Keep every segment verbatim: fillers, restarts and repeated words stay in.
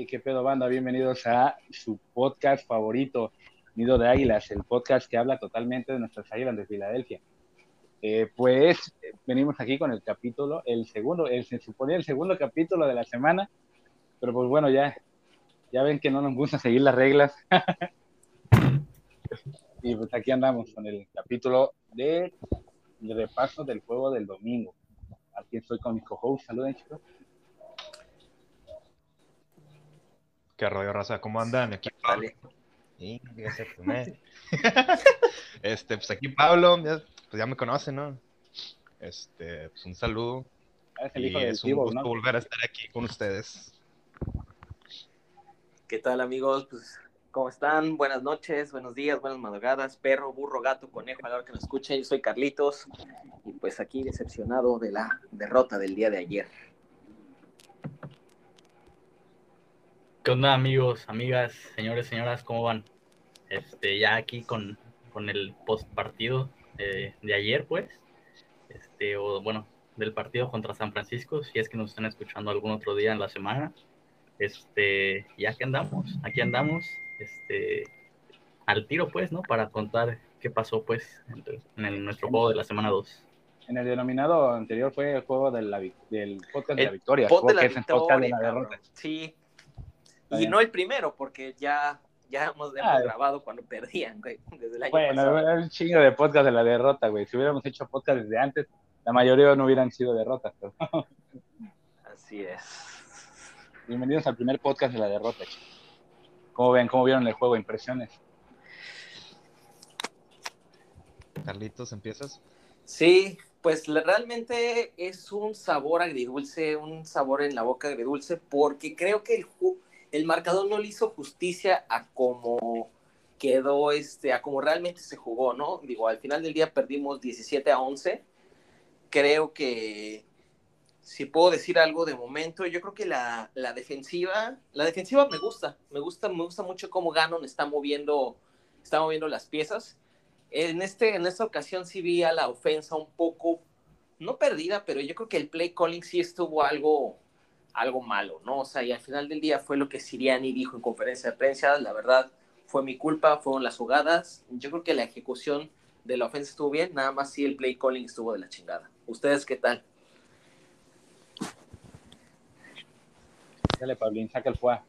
Hey, qué pedo, banda, bienvenidos a su podcast favorito, Nido de Águilas, el podcast que habla totalmente de nuestras águilas de Filadelfia. Eh, pues eh, venimos aquí con el capítulo, el segundo, el, se suponía el segundo capítulo de la semana, pero pues bueno, ya, ya ven que no nos gusta seguir las reglas y pues aquí andamos con el capítulo de, de repaso del juego del domingo. Aquí estoy con mi co-host, saluden chicos. ¿Qué rollo, raza? ¿Cómo andan? Aquí Pablo. Dale. Sí, fíjese, pues, me- Este, pues aquí Pablo, ya, pues ya me conocen, ¿no? Este, pues un saludo Es el hijo y del es un Tibo, gusto ¿no? volver a estar aquí con ustedes. ¿Qué tal, amigos? Pues, ¿cómo están? Buenas noches, buenos días, buenas madrugadas, perro, burro, gato, conejo, a la hora que nos escuchen. Yo soy Carlitos y pues aquí decepcionado de la derrota del día de ayer. ¿Qué onda, amigos, amigas, señores, señoras? ¿Cómo van? Este, ya aquí con, con el post partido eh, de ayer, pues, este, o bueno, del partido contra San Francisco, si es que nos están escuchando algún otro día en la semana. Este, ya que andamos, aquí andamos, este, al tiro, pues, ¿no? Para contar qué pasó, pues, en, en el- nuestro juego de la semana dos. En el denominado anterior fue el juego de la, del podcast de la El victoria, pod de supongo la que es el podcast de victoria, la derrota. cabrón. Sí. Está Y bien. no el primero, porque ya, ya hemos, Ah, hemos grabado cuando perdían, güey, desde el año bueno, pasado. era un chingo de podcast de la derrota, güey. Si hubiéramos hecho podcast desde antes, la mayoría no hubieran sido derrotas. Pero... Así es. Bienvenidos al primer podcast de la derrota, chicos. ¿Cómo ven? ¿Cómo vieron el juego? Impresiones. Carlitos, ¿empiezas? Sí, pues la- realmente es un sabor agridulce, un sabor en la boca agridulce, porque creo que el, ju- el marcador no le hizo justicia a cómo quedó, este, a cómo realmente se jugó, ¿no? Digo, al final del día perdimos diecisiete a once. Creo que, si puedo decir algo de momento, yo creo que la, la defensiva, la defensiva me gusta, me gusta, me gusta mucho cómo Gannon está moviendo, está moviendo las piezas. En, este, en esta ocasión sí vi a la ofensa un poco, no perdida, pero yo creo que el play calling sí estuvo algo, algo malo, ¿no? O sea, y al final del día fue lo que Sirianni dijo en conferencia de prensa, la verdad fue mi culpa, fueron las jugadas. Yo creo que la ejecución de la ofensa estuvo bien, nada más sí el play calling estuvo de la chingada. ¿Ustedes qué tal? Dale, Pablín, saca el fuá.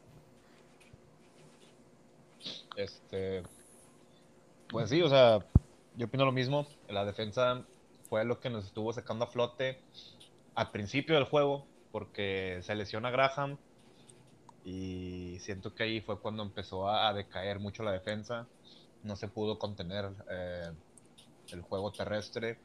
Este, pues sí, o sea, yo opino lo mismo. La defensa fue lo que nos estuvo sacando a flote al principio del juego, porque se lesiona Graham y siento que ahí fue cuando empezó a, a decaer mucho la defensa. No se pudo contener eh, el juego terrestre.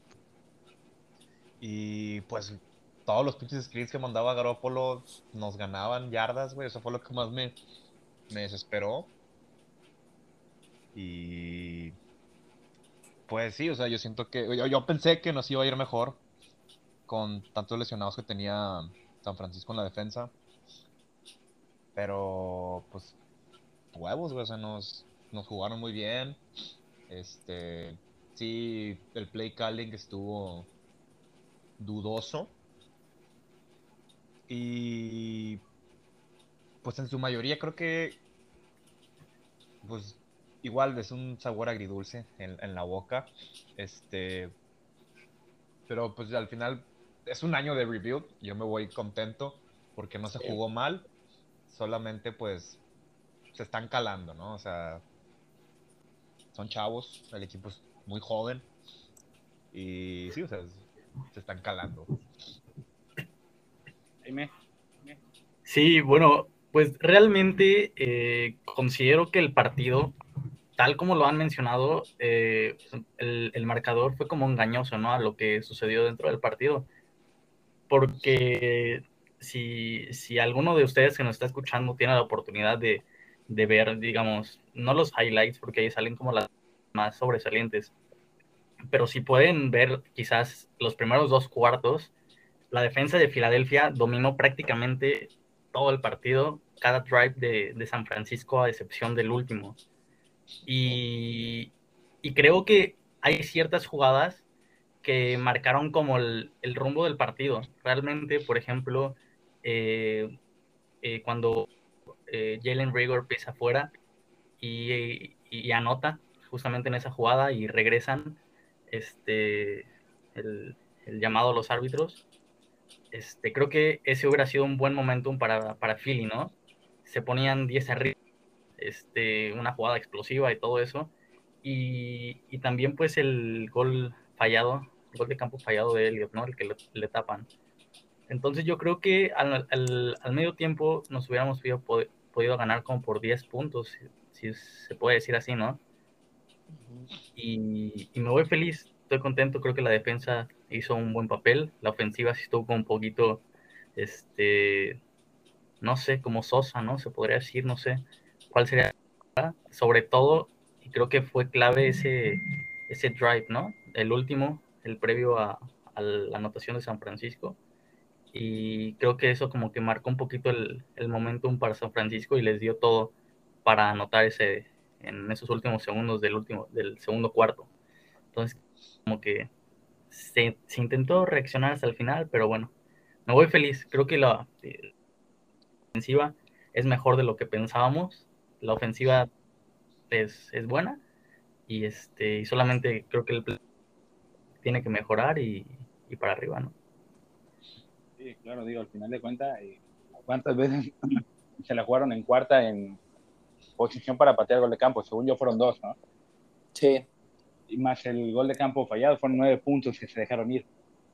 Y pues todos los pinches screens que mandaba Garoppolo nos ganaban yardas, güey. Eso fue lo que más me, me desesperó. Y pues sí, o sea, yo siento que. Yo, yo pensé que nos iba a ir mejor con tantos lesionados que tenía San Francisco en la defensa. Pero pues huevos, güey. O sea, nos, nos jugaron muy bien. Este. Sí, el play calling estuvo dudoso. Y pues en su mayoría creo que pues igual es un sabor agridulce en, en la boca. Este, pero pues al final es un año de rebuild. Yo me voy contento porque no se Sí. jugó mal. Solamente pues se están calando, ¿no? O sea, son chavos, el equipo es muy joven. Y sí, o sea, se están calando. Jaime. Sí, bueno, pues realmente eh, considero que el partido, tal como lo han mencionado, eh, el, el marcador fue como engañoso, ¿no? A lo que sucedió dentro del partido. Porque si, si alguno de ustedes que nos está escuchando tiene la oportunidad de, de ver, digamos, no los highlights, porque ahí salen como las más sobresalientes, pero si pueden ver quizás los primeros dos cuartos, la defensa de Filadelfia dominó prácticamente todo el partido, cada drive de, de San Francisco, a excepción del último. Y, y creo que hay ciertas jugadas que marcaron como el, el rumbo del partido. Realmente, por ejemplo, eh, eh, cuando eh, Jalen Reagor pisa afuera y, y, y anota justamente en esa jugada y regresan este, el, el llamado a los árbitros. Este, creo que ese hubiera sido un buen momentum para, para Philly, ¿no? Se ponían diez arriba, este, una jugada explosiva y todo eso. Y, y también pues el gol fallado, el gol de campo fallado de Elliot, ¿no? El que le, le tapan. Entonces yo creo que al, al, al medio tiempo nos hubiéramos podido, podido ganar como por diez puntos, si, si se puede decir así, ¿no? Y, y me voy feliz, estoy contento, creo que la defensa hizo un buen papel, la ofensiva sí estuvo un poquito, este, no sé, como sosa, ¿no? Se podría decir, no sé cuál sería, sobre todo, y creo que fue clave ese, ese drive, ¿no? El último, el previo a, a la anotación de San Francisco, y creo que eso como que marcó un poquito el, el momentum para San Francisco y les dio todo para anotar ese en esos últimos segundos del último del segundo cuarto. Entonces como que se, se intentó reaccionar hasta el final, pero bueno, me voy feliz. Creo que la, eh, la ofensiva es mejor de lo que pensábamos. La ofensiva es, es buena y este y solamente creo que el play tiene que mejorar y, y para arriba, ¿no? Sí, claro, digo, al final de cuentas, eh, ¿cuántas veces se la jugaron en cuarta en posición para patear gol de campo? Según yo fueron dos, ¿no? Sí. Y más el gol de campo fallado, fueron nueve puntos que se dejaron ir.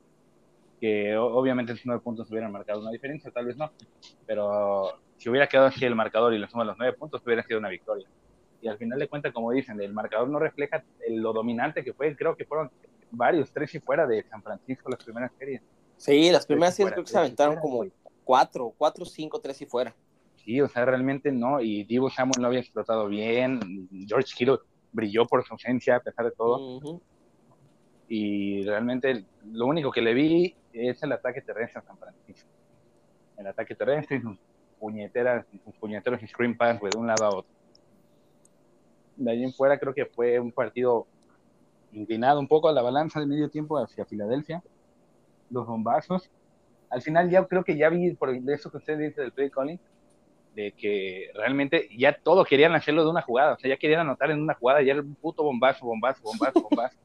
Que obviamente esos nueve puntos hubieran marcado una diferencia, tal vez no, pero si hubiera quedado así el marcador y le suman los nueve puntos, hubiera sido una victoria. Y al final de cuentas, como dicen, el marcador no refleja lo dominante que fue. Creo que fueron varios, tres y fuera de San Francisco las primeras series. Sí, las Tres y primeras series fuera, creo que se tres y aventaron fuera, como güey. cuatro, cuatro, cinco, tres y fuera. Sí, o sea, realmente no. Y Divo Samuel no había explotado bien. George Kittle brilló por su ausencia a pesar de todo. Uh-huh. Y realmente lo único que le vi es el ataque terrestre a San Francisco. El ataque terrestre y sus puñeteras, sus puñeteros y screen pass, güey, de un lado a otro. De ahí en fuera creo que fue un partido inclinado un poco a la balanza de medio tiempo hacia Filadelfia. Los bombazos. Al final ya creo que ya vi por eso que usted dice del play calling, de que realmente ya todo querían hacerlo de una jugada, o sea, ya querían anotar en una jugada, ya era un puto bombazo, bombazo, bombazo, bombazo.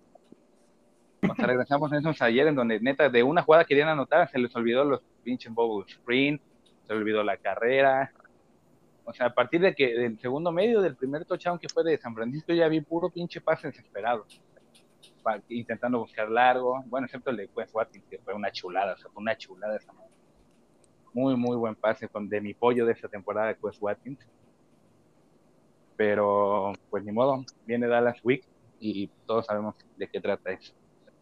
O sea, regresamos a esos ayer en donde neta de una jugada querían anotar, se les olvidó los pinches bubble sprint, se les olvidó la carrera. O sea, a partir de que del segundo medio del primer touchdown que fue de San Francisco ya vi puro pinche pase desesperado, intentando buscar largo, bueno, excepto el de Quest Watkins, que fue una chulada, o sea, fue una chulada esa madre. Muy, muy buen pase con, de mi pollo de esta temporada de Quest Watkins. Pero, pues ni modo, viene Dallas Week y todos sabemos de qué trata eso.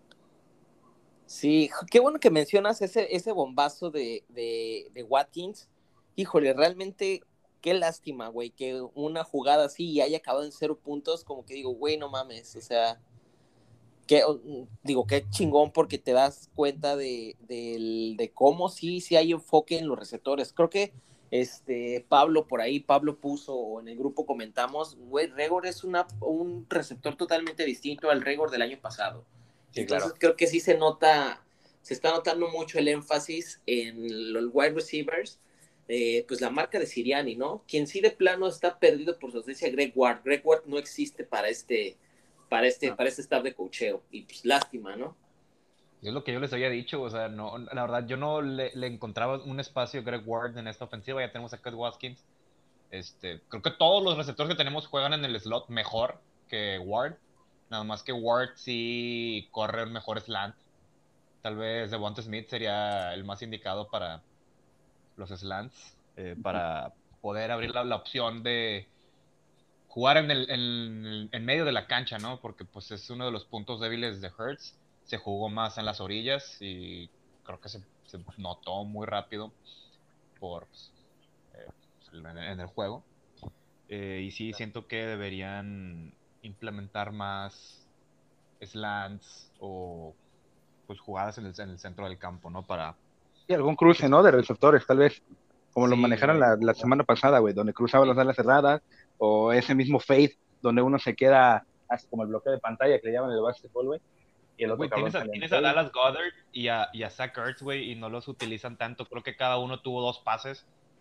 Sí, qué bueno que mencionas ese, ese bombazo de, de, de Watkins. Híjole, realmente qué lástima, güey, que una jugada así haya acabado en cero puntos, como que digo, güey, no mames, o sea, que, digo, qué chingón porque te das cuenta de, de, de cómo sí, sí hay enfoque en los receptores. Creo que este Pablo por ahí, Pablo puso, o en el grupo comentamos, güey, Reagor es una, un receptor totalmente distinto al Reagor del año pasado. Sí, Entonces claro. creo que sí se nota, se está notando mucho el énfasis en los wide receivers, eh, pues la marca de Sirianni, ¿no? Quien sí de plano está perdido por su ausencia, Greg Ward. Greg Ward no existe para este, para este, No. para este staff de coacheo, y pues lástima, ¿no? Y es lo que yo les había dicho, o sea, no, la verdad, yo no le, le encontraba un espacio a Greg Ward en esta ofensiva, ya tenemos a Quez Watkins. Este, creo que todos los receptores que tenemos juegan en el slot mejor que Ward, nada más que Ward sí corre un mejor slant. Tal vez Devonta Smith sería el más indicado para los slants, eh, para poder abrir la, la opción de jugar en, el, en, en medio de la cancha, ¿no? Porque pues es uno de los puntos débiles de Hurts. Se jugó más en las orillas y creo que se, se notó muy rápido por pues, eh, en, en el juego. Eh, y sí, siento que deberían implementar más slants o pues jugadas en el, en el centro del campo, ¿no? Para... Sí, algún cruce, ¿no? De receptores, tal vez, como lo Sí, manejaron güey. la, la semana pasada, güey, donde cruzaban Sí. las alas cerradas, o ese mismo fade, donde uno se queda hasta como el bloqueo de pantalla que le llaman el básquetbol, güey, y el otro Güey, cabrón tienes a, sale en tienes a fade. Dallas Goddard y a, y a Zach Ertz, güey, y no los utilizan tanto. Creo que cada uno tuvo dos pases.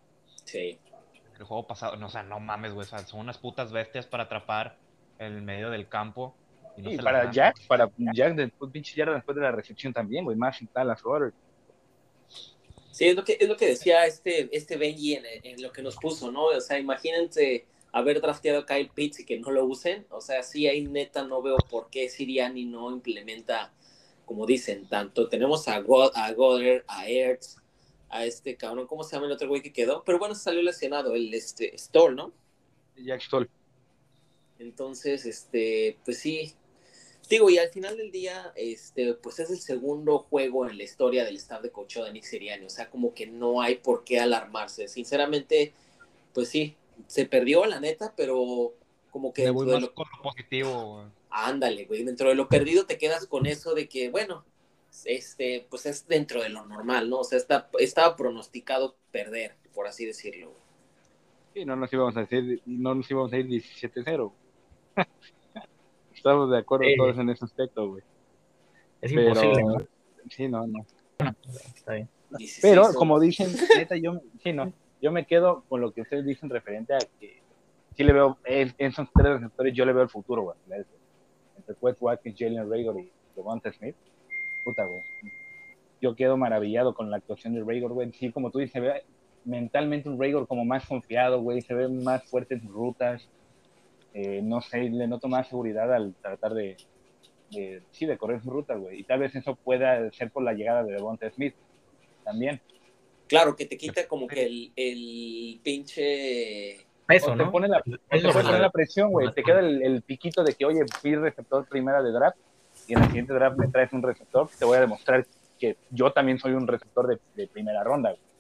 Sí. El juego pasado, no, o sea, no mames, güey, o sea, son unas putas bestias para atrapar en el medio del campo y no Y se las para dan. Jack, para Jack después, pinche yarda después de la recepción también, güey, más en Dallas Goddard. Sí, es lo que, es lo que decía este, este Benji en, en lo que nos puso, ¿no? O sea, imagínense haber drafteado a Kyle Pitts y que no lo usen. O sea, sí, ahí neta no veo por qué Sirianni no implementa, como dicen, tanto. Tenemos a, God, a Goddard, a Ertz, a este cabrón, ¿cómo se llama el otro güey que quedó? Pero bueno, salió lesionado, el este, Stoll, ¿no? Jack Stoll. Entonces, este, pues sí. Digo, y al final del día, este, pues es el segundo juego en la historia del staff de coacheo de Nick Sirianni. O sea, como que no hay por qué alarmarse. Sinceramente, pues sí, se perdió la neta, pero como que Me voy dentro de más lo... con lo positivo, güey. Ándale, güey, dentro de lo perdido te quedas con eso de que, bueno, este, pues es dentro de lo normal, ¿no? O sea, está, estaba pronosticado perder, por así decirlo. Y no nos íbamos a decir, no nos íbamos a ir diecisiete cero. Estamos de acuerdo Eh, todos en ese aspecto, güey. es imposible, Pero, ¿no? sí, no, no. Está bien. Pero, dieciséis como horas. dicen, neta, yo, sí, no. Yo me quedo con lo que ustedes dicen referente a que sí le veo, en, en esos tres receptores yo le veo el futuro, güey. Entre Quez Watkins, Jalen Rager y Devonta Smith. Puta, güey. Yo quedo maravillado con la actuación de Rager, güey. Sí, como tú dices, se ve mentalmente un Rager como más confiado, güey. Se ve más fuerte en sus rutas. Eh, no sé, le noto más seguridad al tratar de, de, sí, de correr su ruta, güey. Y tal vez eso pueda ser por la llegada de Devonta Smith también. Claro, que te quita como que el, el pinche... O Eso, te ¿no? pone la, o te Eso puede por poner la, la presión, por güey. la Te queda el, el piquito de que, oye, fui receptor primera de draft y en el siguiente draft me traes un receptor. Te voy a demostrar que yo también soy un receptor de, de primera ronda, güey.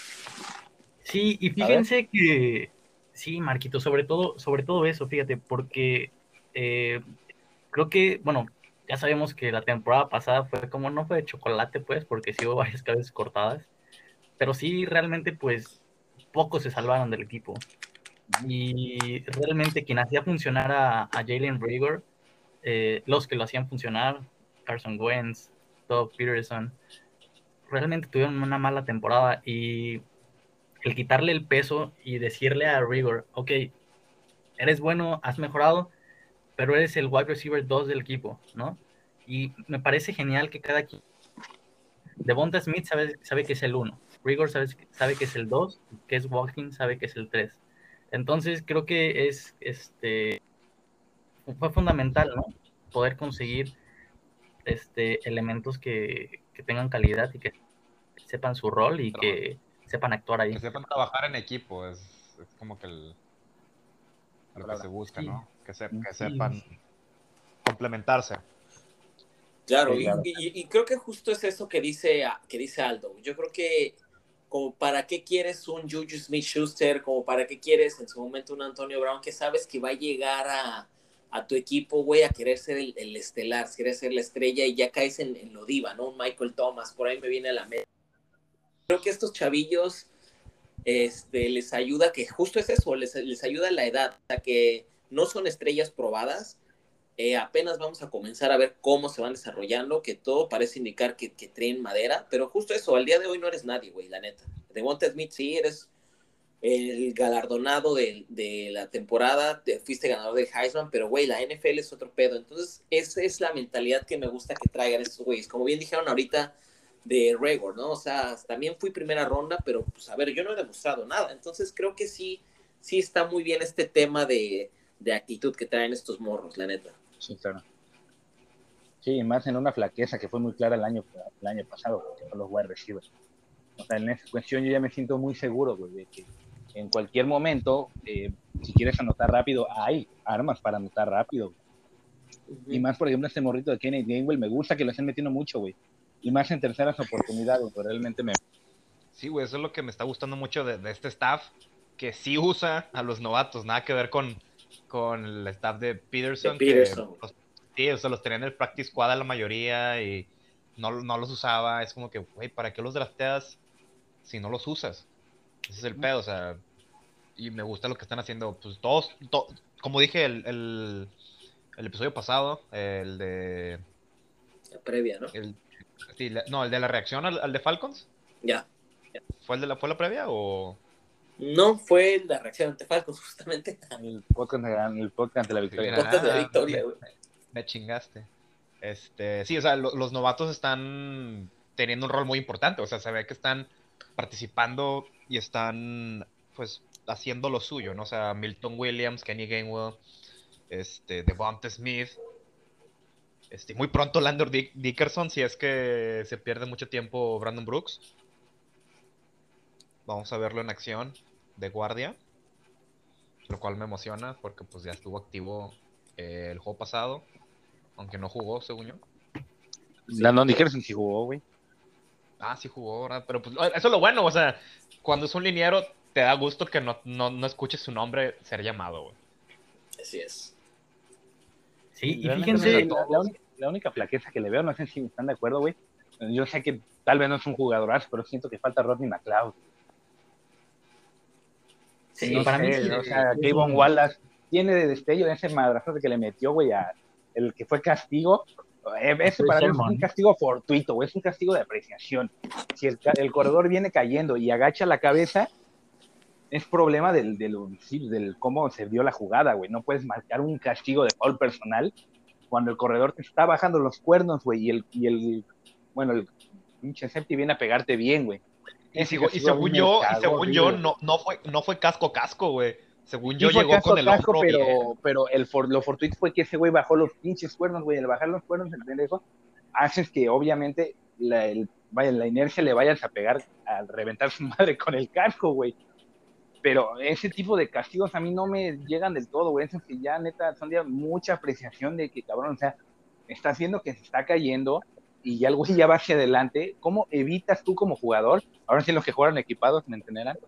Sí, y ¿Sabes? fíjense que sí, Marquito, sobre todo, sobre todo eso, fíjate, porque eh, creo que, bueno, ya sabemos que la temporada pasada fue como, no fue de chocolate, pues, porque sí hubo varias cabezas cortadas, pero sí, realmente, pues, pocos se salvaron del equipo. Y realmente quien hacía funcionar a, a Jalen Reagor, eh, los que lo hacían funcionar, Carson Wentz, Doug Peterson, realmente tuvieron una mala temporada y el quitarle el peso y decirle a Rigor, ok, eres bueno, has mejorado, pero eres el wide receiver dos del equipo, ¿no? Y me parece genial que cada quien... Devonta Smith sabe, sabe que es el uno, Rigor sabe, sabe que es el dos, que es Watkins sabe que es el tres. Entonces creo que es, este, fue fundamental, ¿no? Poder conseguir este, elementos que, que tengan calidad y que sepan su rol y que sepan actuar Que ahí. sepan trabajar en equipo, es, es como que el, La lo que se palabra. busca, Sí, ¿no? Que, se, que sí. sepan complementarse. Claro, Sí, y, claro. y, y creo que justo es eso que dice, que dice Aldo. Yo creo que como para qué quieres un Juju Smith-Schuster, como para qué quieres en su momento un Antonio Brown, que sabes que va a llegar a, a tu equipo, güey, a querer ser el, el estelar, querer ser la estrella y ya caes en, en lo diva, ¿no? Un Michael Thomas, por ahí me viene a la mente. Creo que estos chavillos este, les ayuda, que justo es eso, les, les ayuda la edad, o sea, que no son estrellas probadas, eh, apenas vamos a comenzar a ver cómo se van desarrollando, que todo parece indicar que, que traen madera, pero justo eso, al día de hoy no eres nadie, güey, la neta. Devonta Smith sí, eres el galardonado de, de la temporada, te, fuiste ganador de Heisman, pero güey, la N F L es otro pedo, entonces esa es la mentalidad que me gusta que traigan estos güeyes, como bien dijeron ahorita de Regor, ¿no? O sea, también fui primera ronda, pero pues a ver, yo no he demostrado nada, entonces creo que sí, sí está muy bien este tema de, de actitud que traen estos morros, la neta. Sí, claro. Sí, más en una flaqueza que fue muy clara el año, el año pasado, que son los wide receivers. O sea, en esa cuestión yo ya me siento muy seguro, güey, de que en cualquier momento, eh, si quieres anotar rápido, hay armas para anotar rápido. Y Uh-huh. más, por ejemplo, este morrito de Kenny Gainwell, me gusta que lo estén metiendo mucho, güey. Y más en terceras oportunidades, güey, realmente me... Sí, güey, eso es lo que me está gustando mucho de, de este staff, que sí usa a los novatos, nada que ver con, con el staff de De Peterson, que Peterson. los, sí, o sea, los tenía en el practice squad a la mayoría y no, no los usaba. Es como que, güey, ¿para qué los drafteas si no los usas? Ese es el pedo, o sea, y me gusta lo que están haciendo, pues todos, to- como dije el, el, el episodio pasado, el de, La previa, ¿no? el, sí, la- no, el de la reacción al, al de Falcons, Ya. ¿fue el de la, fue la previa o...? No, fue la reacción ante Falcons, justamente. El podcast, el podcast de la victoria. El podcast de la Ah, victoria, me, güey. me chingaste. Este, sí, o sea, lo- los novatos están teniendo un rol muy importante. O sea, se ve que están participando y están, pues, haciendo lo suyo, ¿no? O sea, Milton Williams, Kenny Gainwell, este, Devonta Smith. Este, muy pronto Landon Dick- Dickerson, si es que se pierde mucho tiempo Brandon Brooks. Vamos a verlo en acción de guardia, lo cual me emociona porque pues ya estuvo activo eh, el juego pasado, aunque no jugó, según yo. Landon Dickerson sí jugó, güey. Ah, sí jugó, ¿verdad? Pero pues eso es lo bueno, o sea, cuando es un liniero te da gusto que no, no, no escuches su nombre ser llamado, güey. Así es. Sí, y Realmente fíjense, no, la, la única, la única flaqueza que le veo, no sé si están de acuerdo, güey. Yo sé que tal vez no es un jugadorazo, pero siento que falta Rodney McLeod. sí, No para mí sé, sí, o sea, es Kayvon un- Wallace tiene de destello de ese madrazo que le metió, güey, a el que fue castigo. Eh, Ese Chris para mí es un Sermon. castigo fortuito, güey, es un castigo de apreciación. Si el, ca- el corredor viene cayendo y agacha la cabeza, es problema del, del, sí, del cómo se dio la jugada, güey. No puedes marcar un castigo de foul personal cuando el corredor te está bajando los cuernos, güey, y el, y el, bueno, el pinche safety viene a pegarte bien, güey. Y, Ese sigo- y castigo a mí según me yo, y cagó según yo, horrible, güey. no, no fue, no fue casco casco, güey. Según Sí yo fue llegó casco con a el casco, hombro pero, bien. pero el for, lo fortuito fue que ese güey bajó los pinches cuernos, güey. El bajar los cuernos, el pendejo, haces que obviamente la, el, vaya, la inercia le vayas a pegar, a reventar su madre con el casco, güey. Pero ese tipo de castigos a mí no me llegan del todo, güey. Esos que ya, neta, son de mucha apreciación de que, cabrón, o sea, estás viendo que se está cayendo y ya el güey ya va hacia adelante. ¿Cómo evitas tú como jugador? Ahora sí los que jugaron equipados me entenderán.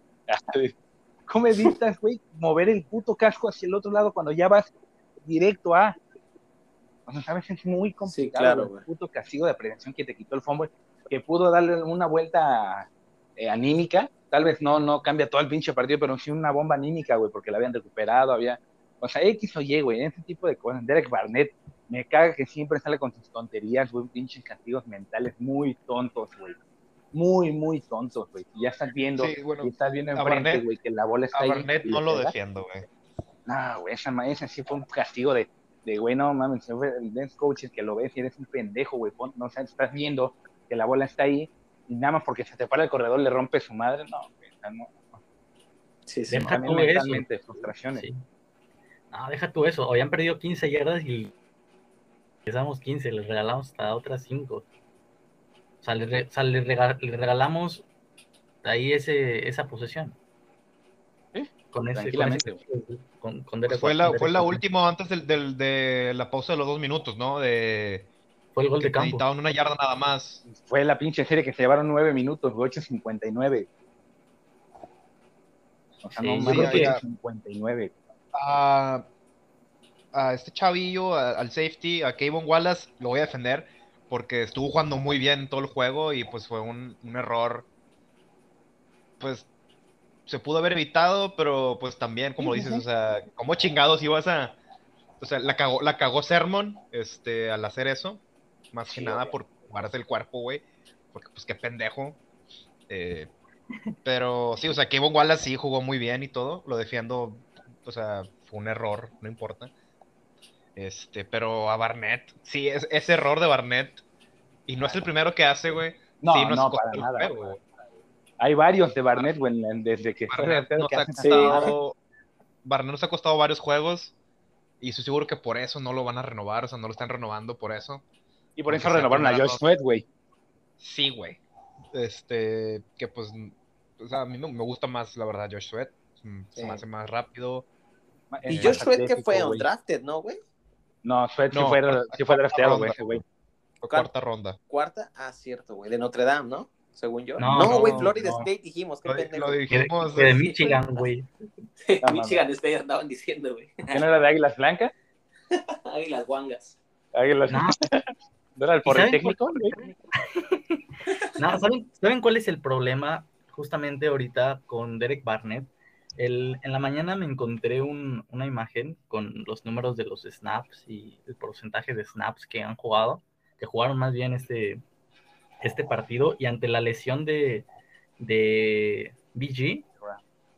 ¿Cómo evitas, güey, mover el puto casco hacia el otro lado cuando ya vas directo a... O sea, sabes, es muy Sí, complicado, claro, güey. güey. Puto castigo de prevención que te quitó el fumble, que pudo darle una vuelta eh, anímica. Tal vez no, no cambia todo el pinche partido, pero sí una bomba anímica, güey, porque la habían recuperado, había... O sea, X o Y, güey, ese tipo de cosas. Derek Barnett, me caga que siempre sale con sus tonterías, güey, pinches castigos mentales muy tontos, güey. Muy, muy tontos, güey. Si ya estás viendo, Sí, bueno, y estás viendo a enfrente, Barnett, güey, que la bola está a ahí Barnett y no le lo pegas. defiendo, güey. No, güey, esa, esa sí fue un castigo de, de güey, no mames, el dance coach es que lo ves y eres un pendejo, güey. Pon- No, o sea, estás viendo que la bola está ahí y nada más porque se te para el corredor le rompe su madre. No, güey, o sea, no. Sí, sí. deja También tú eso. mentalmente, frustraciones. Sí. No, deja tú eso. Habían perdido quince yardas y empezamos quince, les regalamos hasta otras cinco. O sea, les, re- o sea, les rega- les regalamos ahí ese, esa posesión. Sí, Con ese, con ese tranquilamente, güey. con, con Pues Derek, fue la, fue Derek la Barnett. última antes del, del- de la pausa de los dos minutos, ¿no? De Fue el gol que de campo. necesitaban una yarda nada más. Fue la pinche serie que se llevaron nueve minutos, güey, ocho cincuenta y nueve. O sea, Sí, no yo mames, creo que ya- ocho cincuenta y nueve. A, a este chavillo, a- al safety, a Kayvon Wallace, lo voy a defender porque estuvo jugando muy bien todo el juego y pues fue un, un error, pues se pudo haber evitado, pero pues también, como dices, o sea, ¿cómo chingados ibas a...? O sea, la cagó, la cagó Sermon, este, al hacer eso, más que Sí, nada obvio. por jugarse el cuerpo, güey, porque pues qué pendejo. Eh, pero sí, o sea, Kayvon Wallace sí jugó muy bien y todo, lo defiendo, o sea, fue un error, no importa. Este, pero a Barnett, sí, es, ese error de Barnett, y no es el primero que hace, güey, sí, No, nos no, costó para el nada. juego, güey. Hay varios de Barnett, güey, desde que fue Barnett drafteado nos que ha hacen esas Sí. mamadas. costado, Barnett nos ha costado varios juegos, y estoy seguro que por eso no lo van a renovar, o sea, no lo están renovando por eso. Y por eso Aunque sea renovaron a primera Josh ronda. Sweat, güey. Sí, güey. Este, que pues, o sea, a mí me me gusta más, la verdad, Josh Sweat. Mm, Se me Sí. hace más rápido. Y Es Josh más Sweat que atlético, fue güey. undrafted, ¿no, güey? No, Sweat sí No, fue, cuarta, sí fue cuarta drafteado, güey, ronda. ese güey. Fue cuarta ronda. Cuarta, ah, cierto, güey, de Notre Dame, ¿no? Según yo. No, No, güey, no, Florida no. State dijimos, qué Lo, pendejo. lo Que de, dijimos. que de es- Michigan, güey. No, Michigan State andaban diciendo, güey. ¿Qué no era de Águilas Blancas? Águilas guangas. Águilas... No, ¿No era el ¿y saben cuál- Politécnico, güey? No, ¿saben, ¿saben cuál es el problema justamente ahorita con Derek Barnett? El, en la mañana me encontré un, una imagen con los números de los snaps y el porcentaje de snaps que han jugado, que jugaron más bien este, este partido, y ante la lesión de, de B G,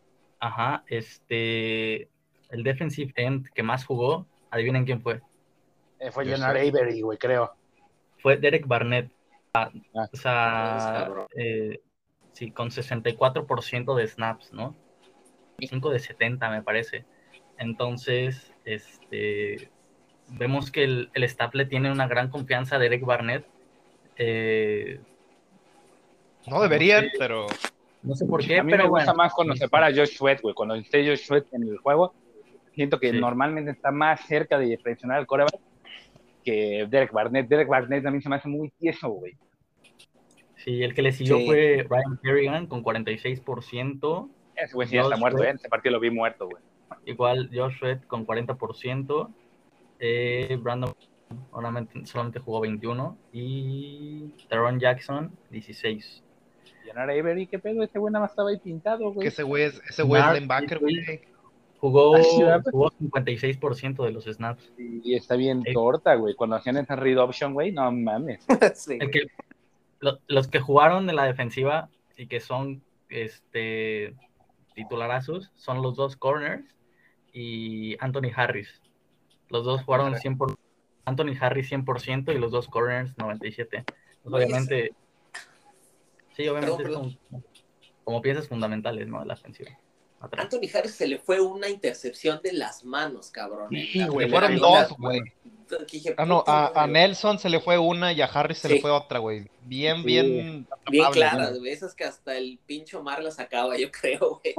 Ajá, este, el defensive end que más jugó, adivinen quién fue. Eh, fue Yo Leonard sé. Avery, güey, creo. Fue Derek Barnett. Ah, O Es sea, cabrón. eh, sí, con sesenta y cuatro por ciento de snaps, ¿no? cinco de setenta, me parece. Entonces, este, vemos que el, el staff le tiene una gran confianza a Derek Barnett. Eh, No no deberían, sé, pero no sé por a qué, mí me pero gusta bueno. más cuando se para Josh Sweat, güey. Cuando esté Josh Sweat en el juego, siento que Sí. normalmente está más cerca de presionar al quarterback que Derek Barnett. Derek Barnett también se me hace muy tieso, güey. Sí, el que le siguió Sí. fue Ryan Kerrigan con cuarenta y seis por ciento. Ese güey sí ya está Josh muerto, Sweat, ¿eh? Ese partido lo vi muerto, güey. igual Josh Sweat con cuarenta por ciento. Eh, Brandon solamente, solamente jugó veintiuno. Y Teron Jackson, dieciséis. Leonard Avery, ¿qué pedo? Ese güey nada más estaba ahí pintado, que güey. ese güey es, ese güey es Nar- linebacker, güey. Jugó, Así va, pues. jugó cincuenta y seis por ciento de los snaps. Y está bien Eh, torta, güey. Cuando hacían esa read option, güey, no mames. Sí, el güey. que, lo- los que jugaron de la defensiva y que son este, titularazos son los dos corners y Anthony Harris. Los dos jugaron cien por ciento. Anthony Harris cien por ciento y los dos corners noventa y siete por ciento. Pues Oye, obviamente, sí, obviamente Perdón, es como, como piezas fundamentales, ¿no? De la ofensiva. Atrás. Anthony Harris se le fue una intercepción de las manos, cabrón. Sí, en la güey, Le primera fueron mitad. dos, güey. Dije, Ah, no, puta a, a madre, Nelson se le fue una y a Harris se Sí. le fue otra, güey. Bien, Sí. bien. bien amable, claras, güey. güey. Esas que hasta el pincho Omar las sacaba, yo creo, güey.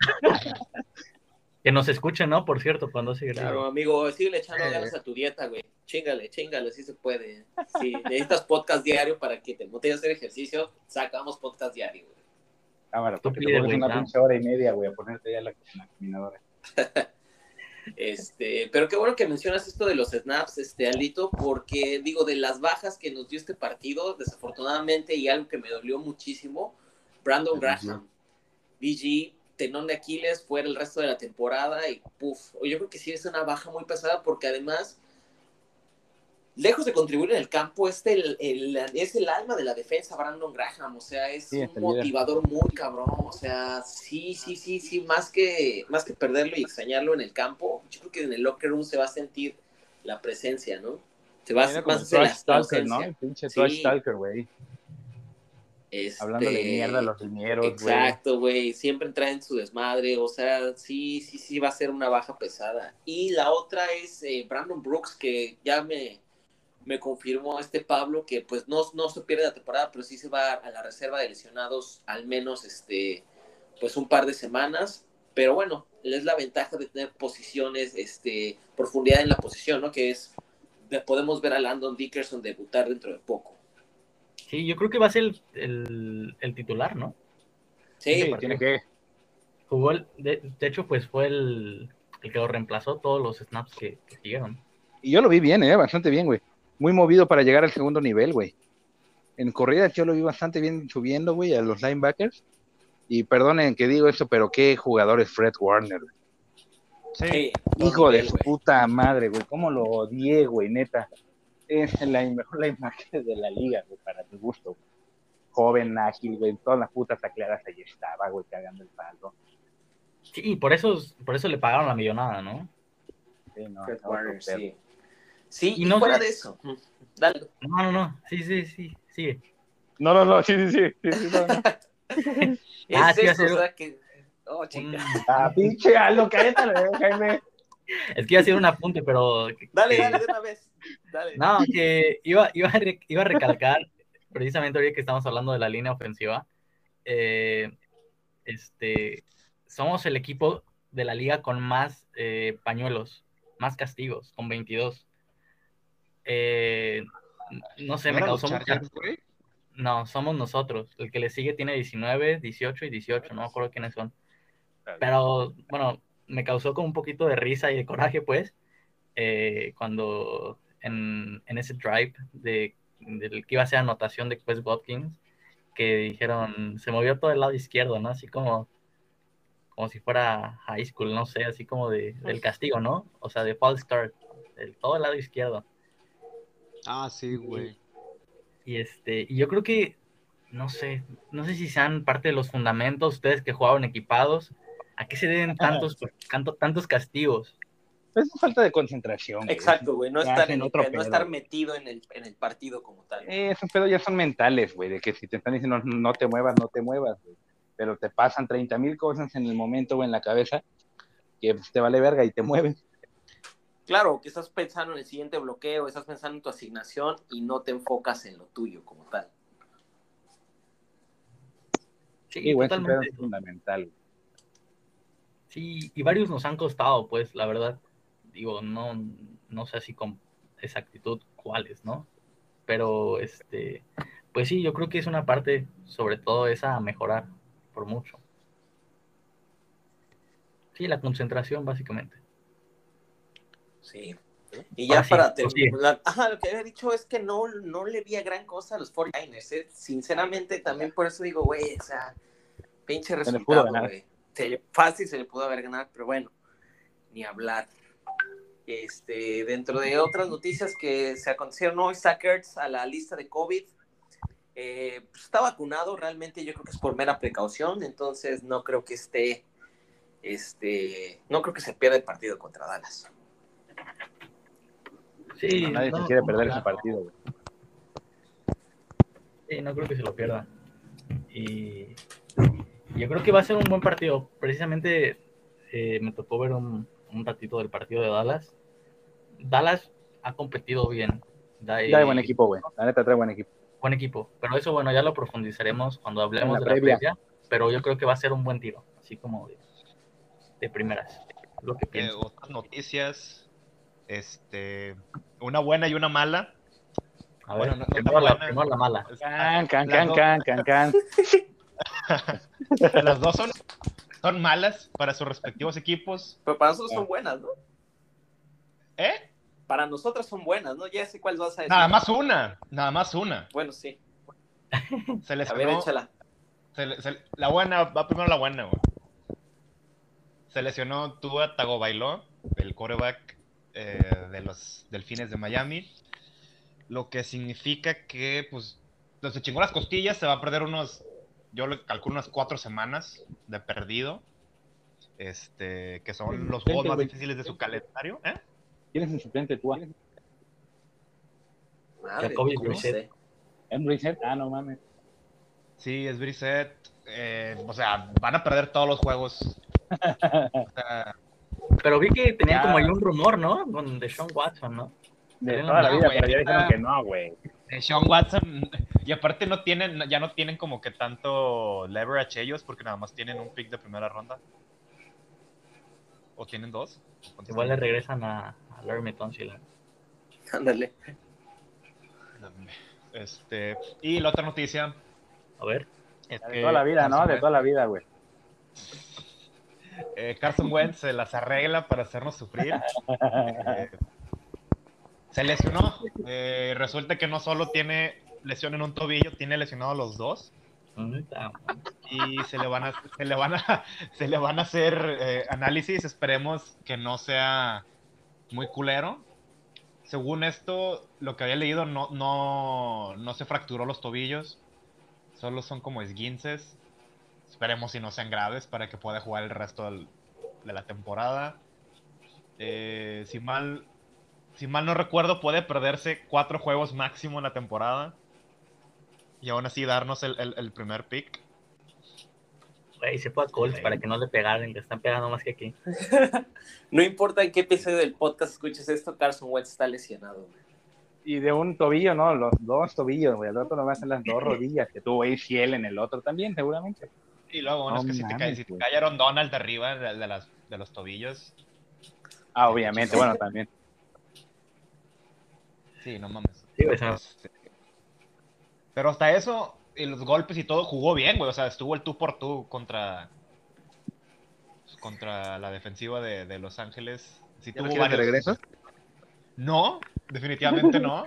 Que nos escuchen, ¿no? Por cierto, cuando sigue. Claro, amigo, sigue echando Eh. ganas a tu dieta, güey. Chíngale, chíngale, sí se puede. Sí, necesitas podcast diario para que te motives a hacer ejercicio, sacamos podcast diario, güey. Cámara, porque Tú te pide, pones güey, una ya. pinche hora y media, güey, a ponerte ya la, la caminadora. Este, pero qué bueno que mencionas esto de los snaps, este, Alito, porque digo, de las bajas que nos dio este partido, desafortunadamente, y algo que me dolió muchísimo, Brandon Graham, B G, tenón de Aquiles, fuera el resto de la temporada, y puf, yo creo que sí es una baja muy pesada, porque además, lejos de contribuir en el campo, este el, el, es el alma de la defensa, Brandon Graham, o sea, es Sí, un es el líder. motivador muy cabrón, o sea, sí, sí, sí, sí, más que, más que perderlo y extrañarlo en el campo, yo creo que en el locker room se va a sentir la presencia, ¿no? Se va a Era más como el hacer la, trash la talker, ¿no? ausencia. El pinche Sí. trash talker, güey. Este, Hablándole mierda a los linieros, güey. exacto, güey, siempre traen su desmadre, o sea, sí, sí, sí va a ser una baja pesada. Y la otra es eh, Brandon Brooks, que ya me, me confirmó este Pablo que pues no, no se pierde la temporada, pero sí se va a la reserva de lesionados al menos este, pues un par de semanas. Pero bueno, es la ventaja de tener posiciones, este, profundidad en la posición, ¿no? Que es, podemos ver a Landon Dickerson debutar dentro de poco. Sí, yo creo que va a ser el, el, el titular, ¿no? Sí, Sí, tiene que. Jugó, el, de, de hecho, pues fue el, el que lo reemplazó todos los snaps que, que siguieron. Y yo lo vi bien, ¿eh? Bastante bien, güey. Muy movido para llegar al segundo nivel, güey. En corridas yo lo vi bastante bien subiendo, güey, a los linebackers. Y perdonen que digo esto, pero qué jugador es Fred Warner. Sí. Sí, Hijo de nivel, su güey. puta madre, güey. ¿Cómo lo odié, güey, neta? Es la mejor linebacker de la liga, güey, para mi gusto, güey. Joven, ágil, güey. Todas las putas tacleadas ahí estaba, güey, cagando el palo. Sí, y por eso, por eso le pagaron la millonada, ¿no? Sí, no, Fred no, Warner, no, pero- sí. Sí, Y y, no fuera sé- de eso. Dale. No, no, no. Sí, sí, sí. Sigue. No, no, no, sí, sí, sí. sí, sí, no, no. Es Ah, sí, eso, hacer o sea que. Oh, un- chica. Ah, pinche Aldo, cállate, Jaime. Es que iba a hacer un apunte, pero. Dale, que- dale, de una vez. Dale. No, que iba, iba, a, re- iba a recalcar, precisamente ahorita que estamos hablando de la línea ofensiva, eh, este, somos el equipo de la liga con más eh, pañuelos, más castigos, con veintidós. Eh, no sé, ¿No me eran los causó mucha... Chargers, güey? No, somos nosotros. El que le sigue tiene diecinueve, dieciocho y dieciocho, no me acuerdo quiénes son. Pero, bueno, me causó como un poquito de risa y de coraje, pues, eh, cuando en, en ese drive de, del que iba a ser anotación de Quest Watkins, que dijeron, se movió todo el lado izquierdo, ¿no? Así como, como si fuera high school, no sé, así como de, del castigo, ¿no? O sea, de false start, del todo el lado izquierdo. Ah, sí, güey. Y este, y yo creo que, no sé, no sé si sean parte de los fundamentos, ustedes que jugaban equipados, ¿A qué se deben tantos, tanto, tantos castigos? Es falta de concentración, güey. Exacto, güey, no Ya estar, hacen en el, otro no pedo, estar güey. metido en el, en el partido como tal. Eh, esos pedos ya son mentales, güey, de que si te están diciendo no te muevas, no te muevas, güey. Pero te pasan treinta mil cosas en el momento, güey, en la cabeza, que pues, te vale verga y te mueves. Claro, que estás pensando en el siguiente bloqueo, estás pensando en tu asignación y no te enfocas en lo tuyo como tal. Sí, Sí, güey, ese pedo totalmente. es fundamental, güey. Sí, y varios nos han costado, pues, la verdad. Digo, no, no sé así con exactitud cuáles, ¿no? Pero, este, pues sí, yo creo que es una parte, sobre todo esa a mejorar por mucho. Sí, la concentración, básicamente. Sí. Y Ahora ya sí, para pues sí. terminar, ajá, lo que había dicho es que no, no le vi a gran cosa a los cuarenta y nueve ers, ¿eh? Sinceramente, también por eso digo, güey, o sea, pinche Se les pudo resultado, ganar. güey. Se le- Fácil se le pudo haber ganado, pero bueno, ni hablar. Este, dentro de otras noticias que se acontecieron hoy, Sackers a la lista de COVID, eh, pues está vacunado, realmente yo creo que es por mera precaución, entonces no creo que esté, este, no creo que se pierda el partido contra Dallas. Sí, Nadie no, se quiere no, perder no, ese partido, güey. sí, no creo que se lo pierda. Y yo creo que va a ser un buen partido. Precisamente eh, me tocó ver un, un ratito del partido de Dallas. Dallas ha competido bien. Da, Trae buen eh, equipo, güey. La neta trae buen equipo. buen equipo. Pero eso, bueno, ya lo profundizaremos cuando En hablemos la de la previa. previa. Pero yo creo que va a ser un buen tiro, así como de, de primeras. Lo que Eh, pienso. otras noticias, este, una buena y una mala. A ver, Bueno, no, no tan primero, la, buena. primero la mala. Es- ah, Can, can, Las can, dos, can, can, can. las dos son, son malas para sus respectivos equipos. Pero para nosotros son buenas, ¿no? ¿Eh? Para nosotras son buenas, ¿no? Ya sé cuál vas a decir. Nada más una, nada más una. Bueno, sí. Se A ver, lesionó. échala. Se le- se- la buena, va primero la buena, güey. Se lesionó Tua Tagovailoa, el quarterback eh, de los Delfines de Miami. Lo que significa que, pues, se chingó las costillas, se va a perder unos, yo le calculo unas cuatro semanas de perdido. Este, que son los juegos más difíciles de su calendario, ¿eh? ¿Quién es el suplente tú? Madre, Jacoby ¿cómo Brissett. sé? ¿En Reset? Ah, no mames. Sí, es Brissett. Eh, o sea, van a perder todos los juegos. O sea, Pero vi que tenían Ya. como ahí un rumor, ¿no? Con de Sean Watson, ¿no? De Salió en toda la la- vida, güey, pero ya ahorita- dijeron que no, güey. eh, Sean Watson, y aparte no tienen, ya no tienen como que tanto leverage ellos, porque nada más tienen un pick de primera ronda. ¿O tienen dos? ¿Cuántos Igual le tienen? regresan a, a Larry Tunsil. Ándale. Este, y la otra noticia A ver. es De que toda la vida, Carson ¿no? De Wentz- toda la vida, güey. eh, Carson Wentz se las arregla para hacernos sufrir. Eh, se lesionó. Eh, resulta que no solo tiene lesión en un tobillo, tiene lesionado los dos. Ahorita, Y se le van a, se le van a, se le van a hacer eh, análisis. Esperemos que no sea muy culero. Según esto, lo que había leído, no, no, no se fracturó los tobillos. Solo son como esguinces. Esperemos si no sean graves para que pueda jugar el resto del- de la temporada. Eh, si mal, si mal no recuerdo, puede perderse cuatro juegos máximo en la temporada. Y aún así darnos el, el- el primer pick. güey, se fue a Colts para que no le pegaran, le están pegando más que aquí. No importa en qué episodio del podcast escuches esto, Carson Wentz está lesionado, güey. Y de un tobillo, ¿no? Los dos tobillos, güey. El otro nomás en las dos rodillas, que tuvo A C L en el otro también, seguramente. Y luego, bueno, No es que si te, mames, cae, si te güey. cae Aaron Donald de arriba de, de las, de los tobillos. Ah, Sí, obviamente, chingón. bueno, también. Sí, no mames. Sí, güey, se me- Este, Pero hasta eso, y los golpes y todo, jugó bien, güey. O sea, estuvo el tú por tú contra, contra la defensiva de, de Los Ángeles. Sí ¿Ya lo tuvo quieres de varios. regreso? No, definitivamente no.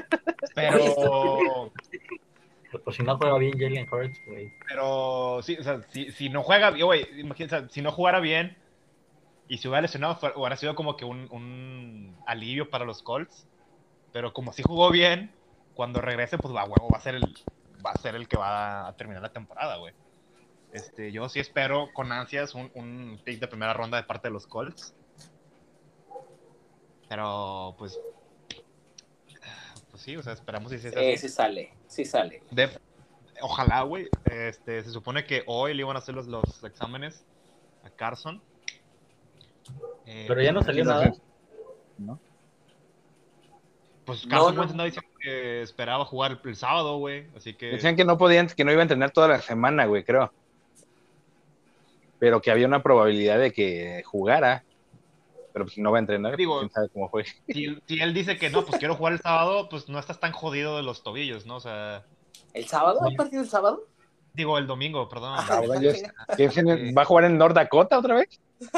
Pero, Por si no juega bien Jalen Hurts, güey. pero sí, o sea, si, si no juega bien, güey, imagínate, o sea, si no jugara bien y si hubiera lesionado, fue- hubiera sido como que un, un alivio para los Colts. Pero como sí jugó bien, cuando regrese, pues va, huevo, va a ser el, va a ser el que va a terminar la temporada, güey. Este, yo sí espero con ansias un, un pick de primera ronda de parte de los Colts. Pero, pues, pues sí, o sea, esperamos si sí, Sí, así. sí sale, sí sale. De, ojalá, güey. Este, se supone que hoy le iban a hacer los, los exámenes a Carson. Eh, Pero pues, ya no a ver salió si- nada. ¿No? Pues No, Carson no. Wentz andaba diciendo que esperaba jugar el, el sábado, güey. Así que. Decían que no podían, que no iba a entrenar toda la semana, güey, creo. Pero que había una probabilidad de que jugara. Pero pues si no va a entrenar, pues Digo, quién sabe cómo fue. si, si él dice que no, pues quiero jugar el sábado, pues no estás tan jodido de los tobillos, ¿no? O sea, ¿El sábado? ¿Hay partido el sábado? digo, el domingo, perdón. Ah, Cabrón, ya es- mira. ¿qué es en el- Sí. ¿Va a jugar en North Dakota otra vez?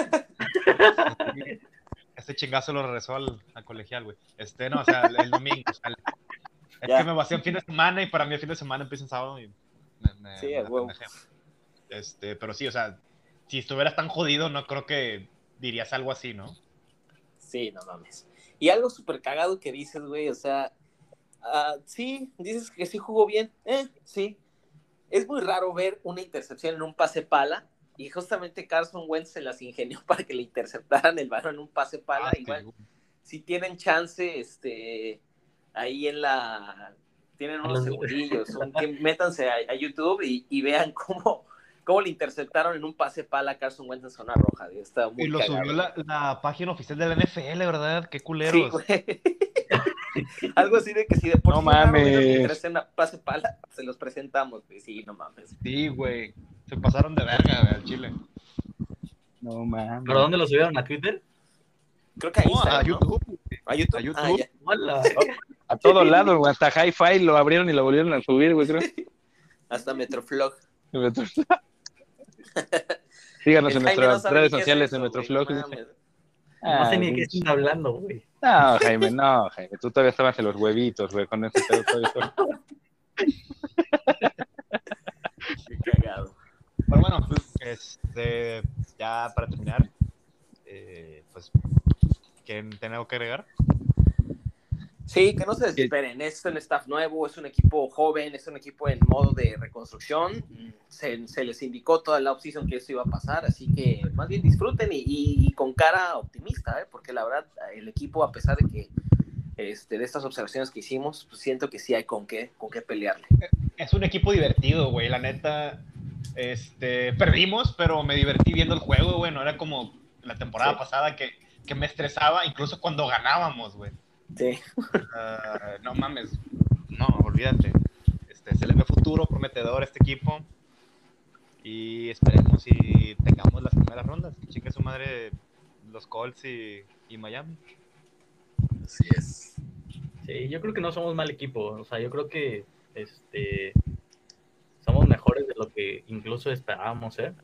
Este chingazo lo regresó al, al colegial, güey. Este, no, o sea, el, el domingo. O sea, el- es Ya. que me vacío en fin de semana y para mí el fin de semana empieza en sábado y me, me, Sí, me a la huevo. pendejé. Este, pero sí, o sea, si estuvieras tan jodido, no creo que dirías algo así, ¿no? Sí, no mames. Y algo súper cagado que dices, güey, o sea, uh, sí, dices que sí jugó bien, eh, sí. Es muy raro ver una intercepción en un pase pala, y justamente Carson Wentz se las ingenió para que le interceptaran el balón en un pase pala. Ah, sí, Igual, güey. si tienen chance, este, ahí en la, tienen A unos los- segundillos, un, que métanse a, a YouTube y, y vean cómo, cómo le interceptaron en un pase pala a Carson Wentz en zona roja, güey. Está muy Y lo cagado. subió la, la página oficial de la N F L, ¿verdad? Qué Sí, culeros. güey. Algo así de que si de por No sí es raro ver mames. una intercepción a pase pala, se los presentamos, güey. Sí, no mames. Sí, güey. Se pasaron de verga, güey, al Chile. No mames. ¿Pero dónde lo subieron? ¿A Twitter? Creo que a No, Instagram, a ¿no? YouTube. ¿A YouTube? A YouTube. Ah, ya. Hola. A todos lados, güey. Hasta Hi-Fi lo abrieron y lo volvieron a subir, güey, creo. Hasta Metroflog. Síganos El en Jaime no nuestras sabe redes ni qué es sociales, eso, en nuestro güey, blog. no dice. mames. No sé Ah, ni de qué pinche. están hablando, güey. No, Jaime, no, Jaime. Tú todavía estabas en los huevitos, güey, con ese pedo todavía. Qué cagado. Pero bueno, este, ya para terminar, eh, pues, ¿quieren tener algo que agregar? Sí, que no se desesperen. Es un staff nuevo, es un equipo joven, es un equipo en modo de reconstrucción. Se, se les indicó toda la offseason que eso iba a pasar, así que más bien disfruten y, y, y con cara optimista, ¿eh? Porque la verdad, el equipo, a pesar de que este, de estas observaciones que hicimos, pues siento que sí hay con qué, con qué pelearle. Es un equipo divertido, güey, la neta. Este, perdimos, pero me divertí viendo el juego, güey. No era como la temporada Sí. pasada que, que me estresaba, incluso cuando ganábamos, güey. Sí. Uh, no mames, no, olvídate. Este, se le ve futuro prometedor a este equipo. Y esperemos y tengamos las primeras rondas. Que chingue su madre los Colts y, y Miami. Así es. Sí, yo creo que no somos mal equipo. O sea, yo creo que este somos mejores de lo que incluso esperábamos ser.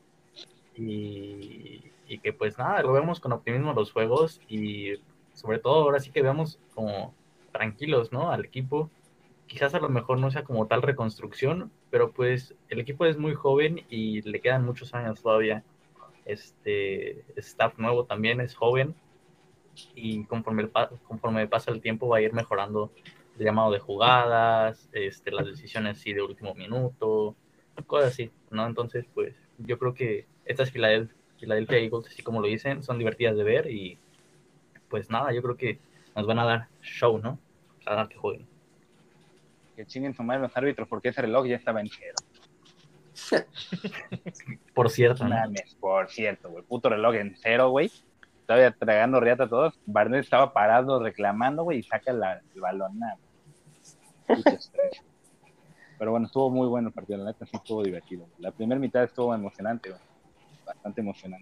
Y, y que pues nada, lo vemos con optimismo los juegos y sobre todo ahora sí que veamos como tranquilos, ¿no? Al equipo. Quizás a lo mejor no sea como tal reconstrucción, pero pues el equipo es muy joven y le quedan muchos años todavía. Este staff nuevo también es joven y conforme, el, conforme pasa el tiempo va a ir mejorando el llamado de jugadas, este, las decisiones sí de último minuto, cosas así, ¿no? Entonces, pues yo creo que estas Philadelphia, Philadelphia Eagles, así como lo dicen, son divertidas de ver y pues nada, yo creo que nos van a dar show, ¿no? A dar que jueguen. Que chinguen su madre los árbitros porque ese reloj ya estaba en cero. Por cierto, ¿no? Mames, por cierto, güey. Puto reloj en cero, güey. Todavía tragando riata a todos. Barnett estaba parado reclamando, güey, y saca la, el balón. Nah, puto estrés. Pero bueno, estuvo muy bueno el partido, la neta, sí estuvo divertido. La primera mitad estuvo emocionante, güey. Bastante emocionante.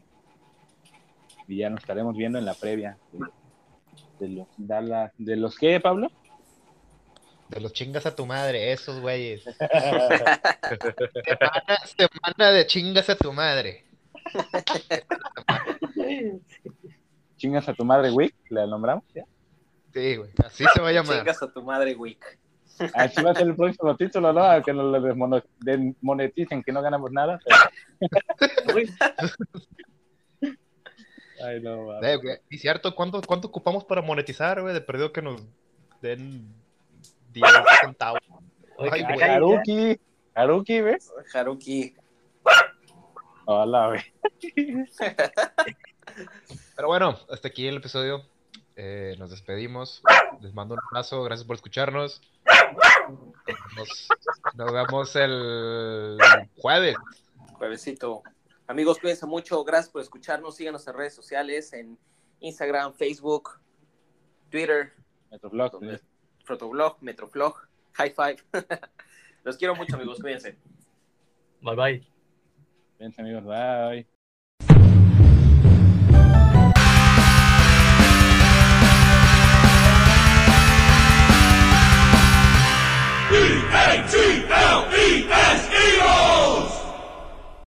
Y ya nos estaremos viendo en la previa de, de los Dallas. ¿De los qué, Pablo? De los chingas a tu madre, esos güeyes. semana, semana de chingas a tu madre. Chingas a tu madre, güey. ¿La nombramos? ¿Ya? Sí, güey, así se va a llamar. Chingas a tu madre, Wick. Así va a ser el próximo título, ¿no? Que nos lo desmono- desmoneticen, que no ganamos nada. Pero... Ay, no, va. Eh, güey, y cierto, ¿cuánto, ¿cuánto ocupamos para monetizar, güey? De perdido que nos den diez centavos. Oye, Ay, que te güey. calles, Haruki, Haruki, ¿ves? Haruki. Hola, güey. Pero bueno, hasta aquí el episodio. Eh, nos despedimos. Les mando un abrazo. Gracias por escucharnos. Nos, nos vemos el jueves. Juevesito. Amigos, cuídense mucho. Gracias por escucharnos. Síganos en redes sociales, en Instagram, Facebook, Twitter, Metroflog. donde- Protoblog, Metroflog, High Five. Los quiero mucho, amigos. Cuídense. Bye bye. Bien, amigos, bye.